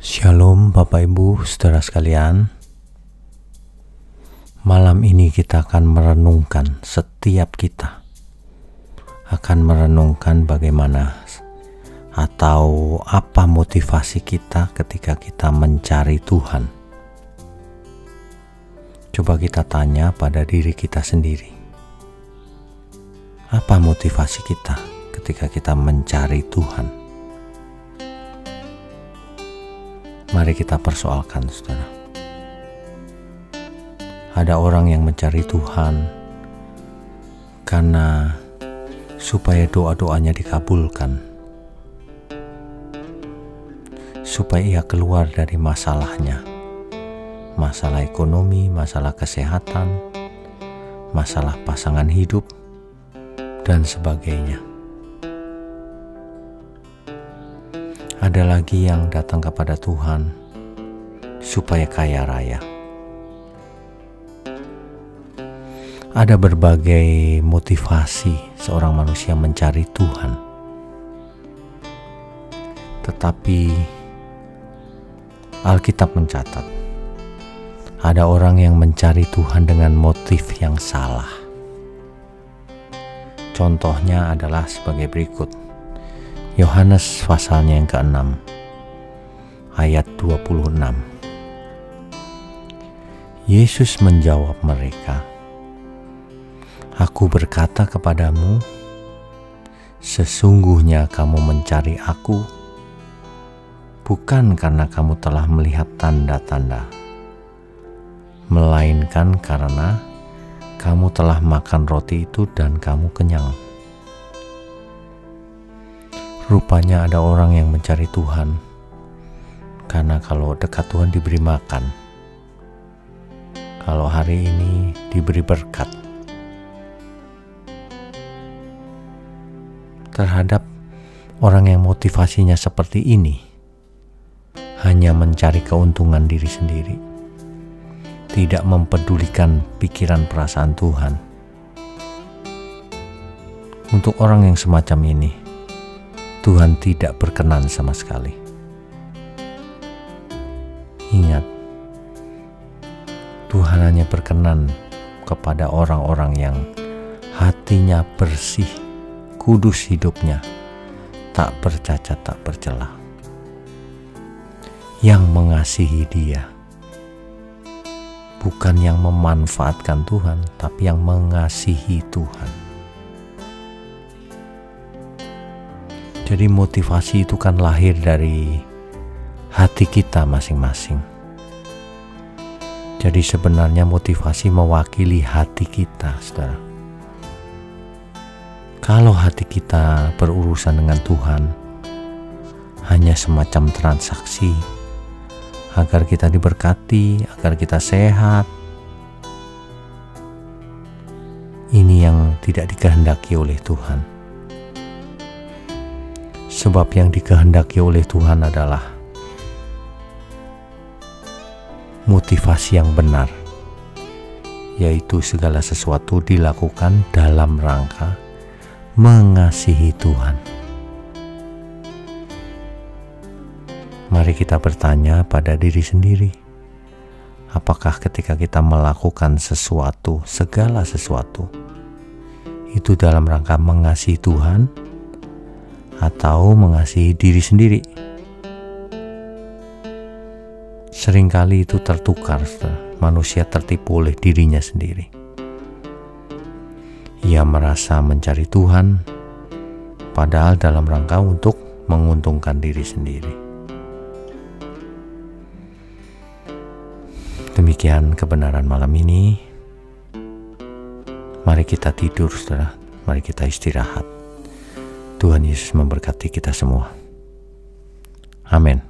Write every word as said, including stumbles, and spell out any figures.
Shalom Bapak Ibu Saudara sekalian. Malam ini kita akan merenungkan, setiap kita akan merenungkan bagaimana atau apa motivasi kita ketika kita mencari Tuhan. Coba kita tanya pada diri kita sendiri. Apa motivasi kita ketika kita mencari Tuhan? Mari kita persoalkan, saudara. Ada orang yang mencari Tuhan karena supaya doa-doanya dikabulkan, supaya ia keluar dari masalahnya, masalah ekonomi, masalah kesehatan, masalah pasangan hidup, dan sebagainya. Ada lagi yang datang kepada Tuhan supaya kaya raya. Ada berbagai motivasi seorang manusia mencari Tuhan. Tetapi Alkitab mencatat, ada orang yang mencari Tuhan dengan motif yang salah. Contohnya adalah sebagai berikut. Yohanes pasalnya yang keenam, ayat dua puluh enam. Yesus menjawab mereka, "Aku berkata kepadamu, sesungguhnya kamu mencari Aku, bukan karena kamu telah melihat tanda-tanda, melainkan karena kamu telah makan roti itu dan kamu kenyang." Rupanya ada orang yang mencari Tuhan karena kalau dekat Tuhan diberi makan, kalau hari ini diberi berkat. Terhadap orang yang motivasinya seperti ini, hanya mencari keuntungan diri sendiri, tidak mempedulikan pikiran perasaan Tuhan. Untuk orang yang semacam ini, Tuhan tidak berkenan sama sekali. Ingat, Tuhan hanya berkenan kepada orang-orang yang hatinya bersih, kudus hidupnya, tak bercacat, tak bercela, yang mengasihi Dia, bukan yang memanfaatkan Tuhan, tapi yang mengasihi Tuhan. Jadi motivasi itu kan lahir dari hati kita masing-masing. Jadi sebenarnya motivasi mewakili hati kita, saudara. Kalau hati kita berurusan dengan Tuhan, hanya semacam transaksi agar kita diberkati, agar kita sehat. Ini yang tidak dikehendaki oleh Tuhan. Sebab yang dikehendaki oleh Tuhan adalah motivasi yang benar, yaitu segala sesuatu dilakukan dalam rangka mengasihi Tuhan. Mari kita bertanya pada diri sendiri, apakah ketika kita melakukan sesuatu, segala sesuatu, itu dalam rangka mengasihi Tuhan atau mengasihi diri sendiri? Seringkali itu tertukar, manusia tertipu oleh dirinya sendiri. Ia merasa mencari Tuhan, padahal dalam rangka untuk menguntungkan diri sendiri. Demikian kebenaran malam ini. Mari kita tidur, saudara. Mari kita istirahat. Tuhan Yesus memberkati kita semua. Amin.